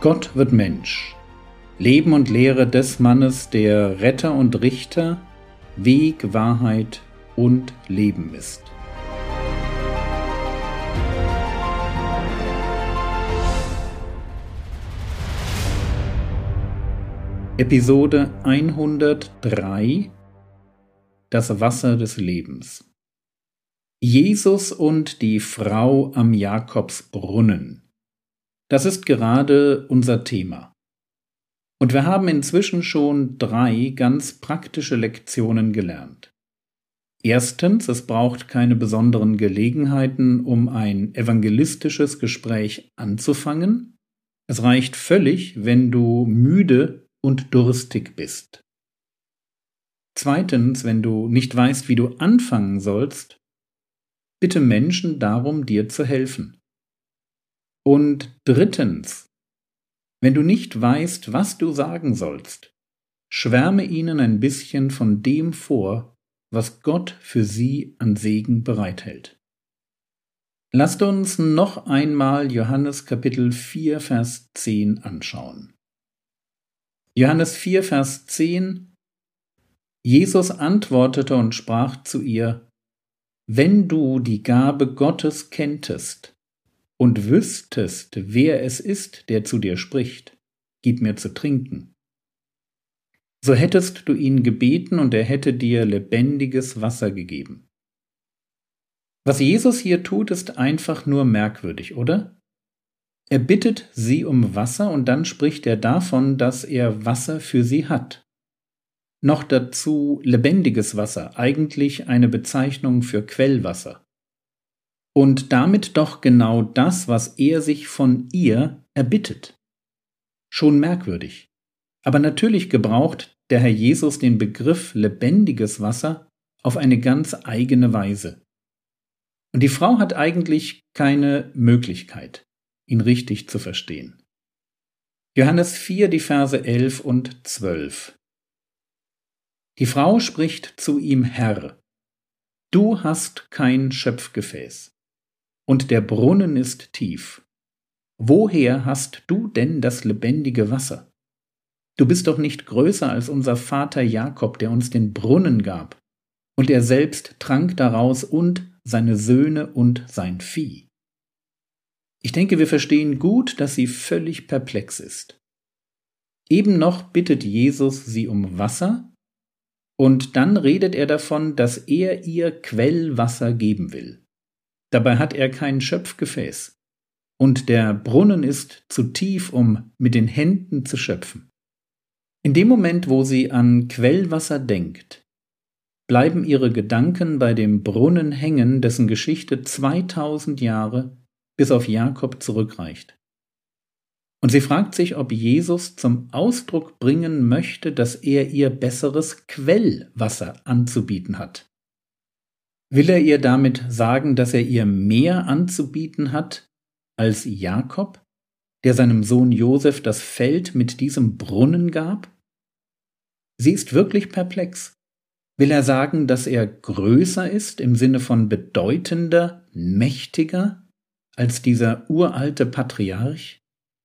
Gott wird Mensch. Leben und Lehre des Mannes, der Retter und Richter, Weg, Wahrheit und Leben ist. Episode 103 – Das Wasser des Lebens. Jesus und die Frau am Jakobsbrunnen. Das ist gerade unser Thema. Und wir haben inzwischen schon 3 ganz praktische Lektionen gelernt. Erstens, es braucht keine besonderen Gelegenheiten, um ein evangelistisches Gespräch anzufangen. Es reicht völlig, wenn du müde und durstig bist. Zweitens, wenn du nicht weißt, wie du anfangen sollst, bitte Menschen darum, dir zu helfen. Und drittens, wenn du nicht weißt, was du sagen sollst, schwärme ihnen ein bisschen von dem vor, was Gott für sie an Segen bereithält. Lasst uns noch einmal Johannes Kapitel 4, Vers 10 anschauen. Johannes 4, Vers 10: Jesus antwortete und sprach zu ihr: Wenn du die Gabe Gottes kenntest und wüsstest, wer es ist, der zu dir spricht, gib mir zu trinken, so hättest du ihn gebeten und er hätte dir lebendiges Wasser gegeben. Was Jesus hier tut, ist einfach nur merkwürdig, oder? Er bittet sie um Wasser und dann spricht er davon, dass er Wasser für sie hat. Noch dazu lebendiges Wasser, eigentlich eine Bezeichnung für Quellwasser. Und damit doch genau das, was er sich von ihr erbittet. Schon merkwürdig. Aber natürlich gebraucht der Herr Jesus den Begriff lebendiges Wasser auf eine ganz eigene Weise. Und die Frau hat eigentlich keine Möglichkeit, ihn richtig zu verstehen. Johannes 4, die Verse 11 und 12. Die Frau spricht zu ihm: Herr, du hast kein Schöpfgefäß, und der Brunnen ist tief. Woher hast du denn das lebendige Wasser? Du bist doch nicht größer als unser Vater Jakob, der uns den Brunnen gab, und er selbst trank daraus und seine Söhne und sein Vieh. Ich denke, wir verstehen gut, dass sie völlig perplex ist. Eben noch bittet Jesus sie um Wasser, und dann redet er davon, dass er ihr Quellwasser geben will. Dabei hat er kein Schöpfgefäß, und der Brunnen ist zu tief, um mit den Händen zu schöpfen. In dem Moment, wo sie an Quellwasser denkt, bleiben ihre Gedanken bei dem Brunnen hängen, dessen Geschichte 2000 Jahre bis auf Jakob zurückreicht. Und sie fragt sich, ob Jesus zum Ausdruck bringen möchte, dass er ihr besseres Quellwasser anzubieten hat. Will er ihr damit sagen, dass er ihr mehr anzubieten hat als Jakob, der seinem Sohn Josef das Feld mit diesem Brunnen gab? Sie ist wirklich perplex. Will er sagen, dass er größer ist im Sinne von bedeutender, mächtiger als dieser uralte Patriarch?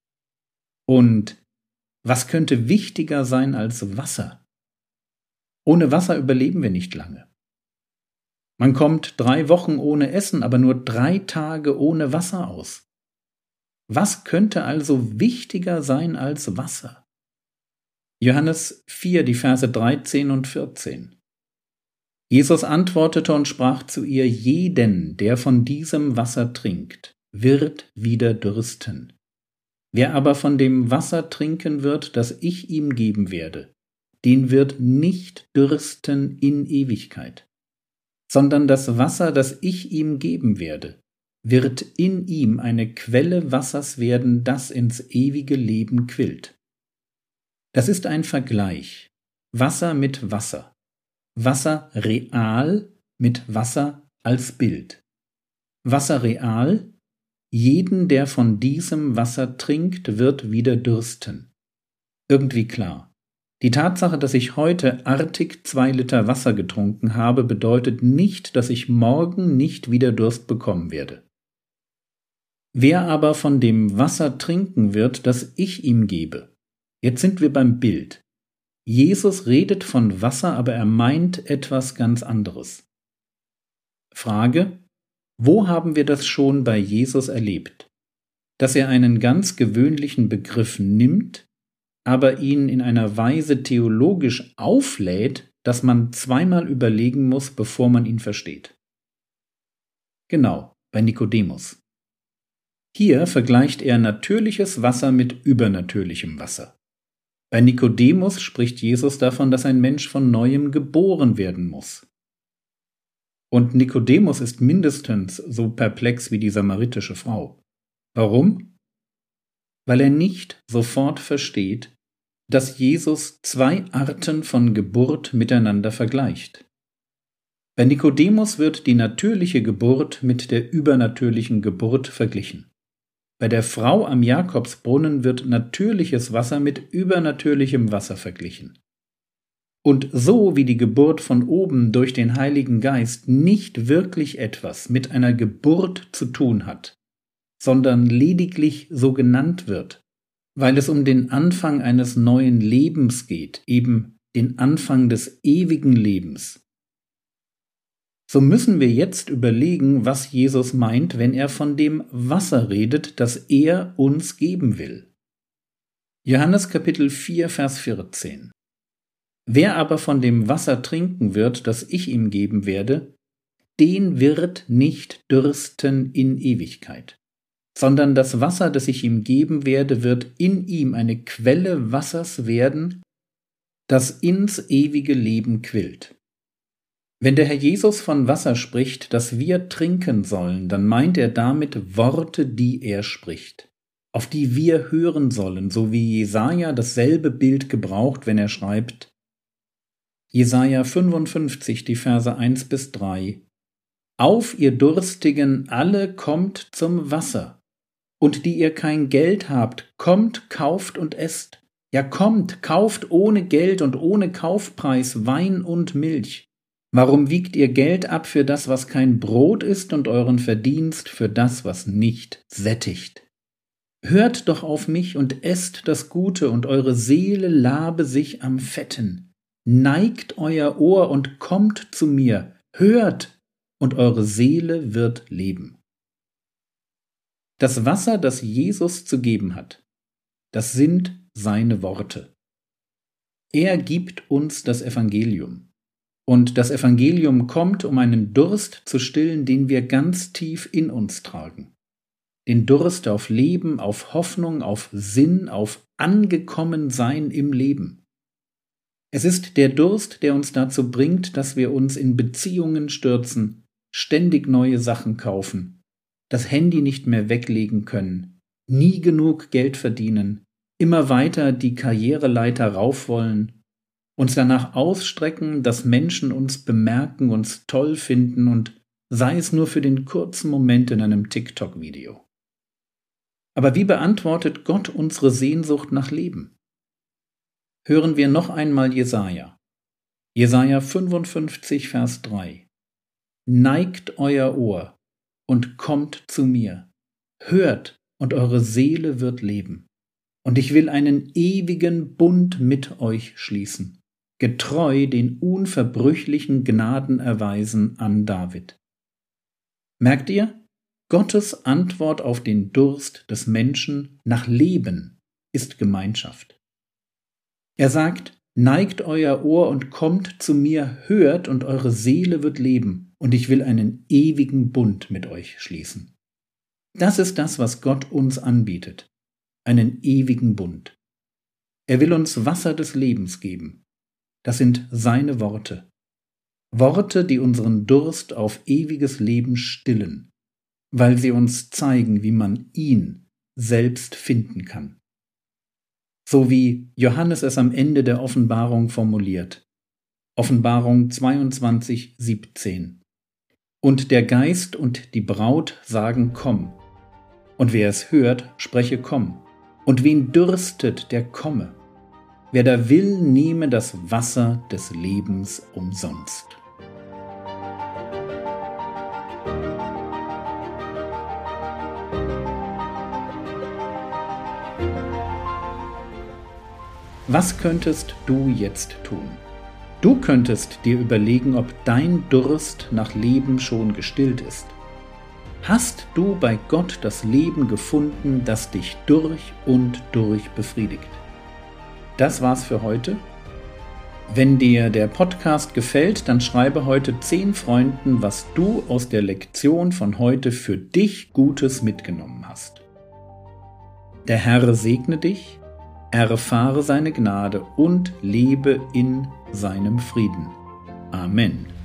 Und was könnte wichtiger sein als Wasser? Ohne Wasser überleben wir nicht lange. Man kommt 3 Wochen ohne Essen, aber nur 3 Tage ohne Wasser aus. Was könnte also wichtiger sein als Wasser? Johannes 4, die Verse 13 und 14. Jesus antwortete und sprach zu ihr: Jeden, der von diesem Wasser trinkt, wird wieder dürsten. Wer aber von dem Wasser trinken wird, das ich ihm geben werde, den wird nicht dürsten in Ewigkeit, sondern das Wasser, das ich ihm geben werde, wird in ihm eine Quelle Wassers werden, das ins ewige Leben quillt. Das ist ein Vergleich. Wasser mit Wasser. Wasser real mit Wasser als Bild. Wasser real: Jeden, der von diesem Wasser trinkt, wird wieder dürsten. Irgendwie klar. Die Tatsache, dass ich heute artig 2 Liter Wasser getrunken habe, bedeutet nicht, dass ich morgen nicht wieder Durst bekommen werde. Wer aber von dem Wasser trinken wird, das ich ihm gebe. Jetzt sind wir beim Bild. Jesus redet von Wasser, aber er meint etwas ganz anderes. Frage: Wo haben wir das schon bei Jesus erlebt? Dass er einen ganz gewöhnlichen Begriff nimmt, aber ihn in einer Weise theologisch auflädt, dass man zweimal überlegen muss, bevor man ihn versteht. Genau, bei Nikodemus. Hier vergleicht er natürliches Wasser mit übernatürlichem Wasser. Bei Nikodemus spricht Jesus davon, dass ein Mensch von Neuem geboren werden muss. Und Nikodemus ist mindestens so perplex wie die samaritische Frau. Warum? Weil er nicht sofort versteht, dass Jesus zwei Arten von Geburt miteinander vergleicht. Bei Nikodemus wird die natürliche Geburt mit der übernatürlichen Geburt verglichen. Bei der Frau am Jakobsbrunnen wird natürliches Wasser mit übernatürlichem Wasser verglichen. Und so wie die Geburt von oben durch den Heiligen Geist nicht wirklich etwas mit einer Geburt zu tun hat, sondern lediglich so genannt wird, weil es um den Anfang eines neuen Lebens geht, eben den Anfang des ewigen Lebens, so müssen wir jetzt überlegen, was Jesus meint, wenn er von dem Wasser redet, das er uns geben will. Johannes Kapitel 4, Vers 14. Wer aber von dem Wasser trinken wird, das ich ihm geben werde, den wird nicht dürsten in Ewigkeit, sondern das Wasser, das ich ihm geben werde, wird in ihm eine Quelle Wassers werden, das ins ewige Leben quillt. Wenn der Herr Jesus von Wasser spricht, das wir trinken sollen, dann meint er damit Worte, die er spricht, auf die wir hören sollen, so wie Jesaja dasselbe Bild gebraucht, wenn er schreibt, Jesaja 55, die Verse 1 bis 3, Auf, ihr Durstigen, alle kommt zum Wasser, und die ihr kein Geld habt, kommt, kauft und esst. Ja, kommt, kauft ohne Geld und ohne Kaufpreis Wein und Milch. Warum wiegt ihr Geld ab für das, was kein Brot ist, und euren Verdienst für das, was nicht sättigt? Hört doch auf mich und esst das Gute, und eure Seele labe sich am Fetten. Neigt euer Ohr und kommt zu mir, hört, und eure Seele wird leben. Das Wasser, das Jesus zu geben hat, das sind seine Worte. Er gibt uns das Evangelium. Und das Evangelium kommt, um einen Durst zu stillen, den wir ganz tief in uns tragen. Den Durst auf Leben, auf Hoffnung, auf Sinn, auf Angekommensein im Leben. Es ist der Durst, der uns dazu bringt, dass wir uns in Beziehungen stürzen, ständig neue Sachen kaufen, das Handy nicht mehr weglegen können, nie genug Geld verdienen, immer weiter die Karriereleiter rauf wollen, uns danach ausstrecken, dass Menschen uns bemerken, uns toll finden und sei es nur für den kurzen Moment in einem TikTok-Video. Aber wie beantwortet Gott unsere Sehnsucht nach Leben? Hören wir noch einmal Jesaja. Jesaja 55, Vers 3. Neigt euer Ohr und kommt zu mir. Hört, und eure Seele wird leben. Und ich will einen ewigen Bund mit euch schließen. Getreu den unverbrüchlichen Gnaden erweisen an David. Merkt ihr? Gottes Antwort auf den Durst des Menschen nach Leben ist Gemeinschaft. Er sagt, neigt euer Ohr und kommt zu mir, hört, und eure Seele wird leben, und ich will einen ewigen Bund mit euch schließen. Das ist das, was Gott uns anbietet, einen ewigen Bund. Er will uns Wasser des Lebens geben. Das sind seine Worte. Worte, die unseren Durst auf ewiges Leben stillen, weil sie uns zeigen, wie man ihn selbst finden kann. So wie Johannes es am Ende der Offenbarung formuliert. Offenbarung 22, 17. Und der Geist und die Braut sagen, komm. Und wer es hört, spreche, komm. Und wen dürstet, der komme. Wer da will, nehme das Wasser des Lebens umsonst. Was könntest du jetzt tun? Du könntest dir überlegen, ob dein Durst nach Leben schon gestillt ist. Hast du bei Gott das Leben gefunden, das dich durch und durch befriedigt? Das war's für heute. Wenn dir der Podcast gefällt, dann schreibe heute 10 Freunden, was du aus der Lektion von heute für dich Gutes mitgenommen hast. Der Herr segne dich, erfahre seine Gnade und lebe in seinem Frieden. Amen.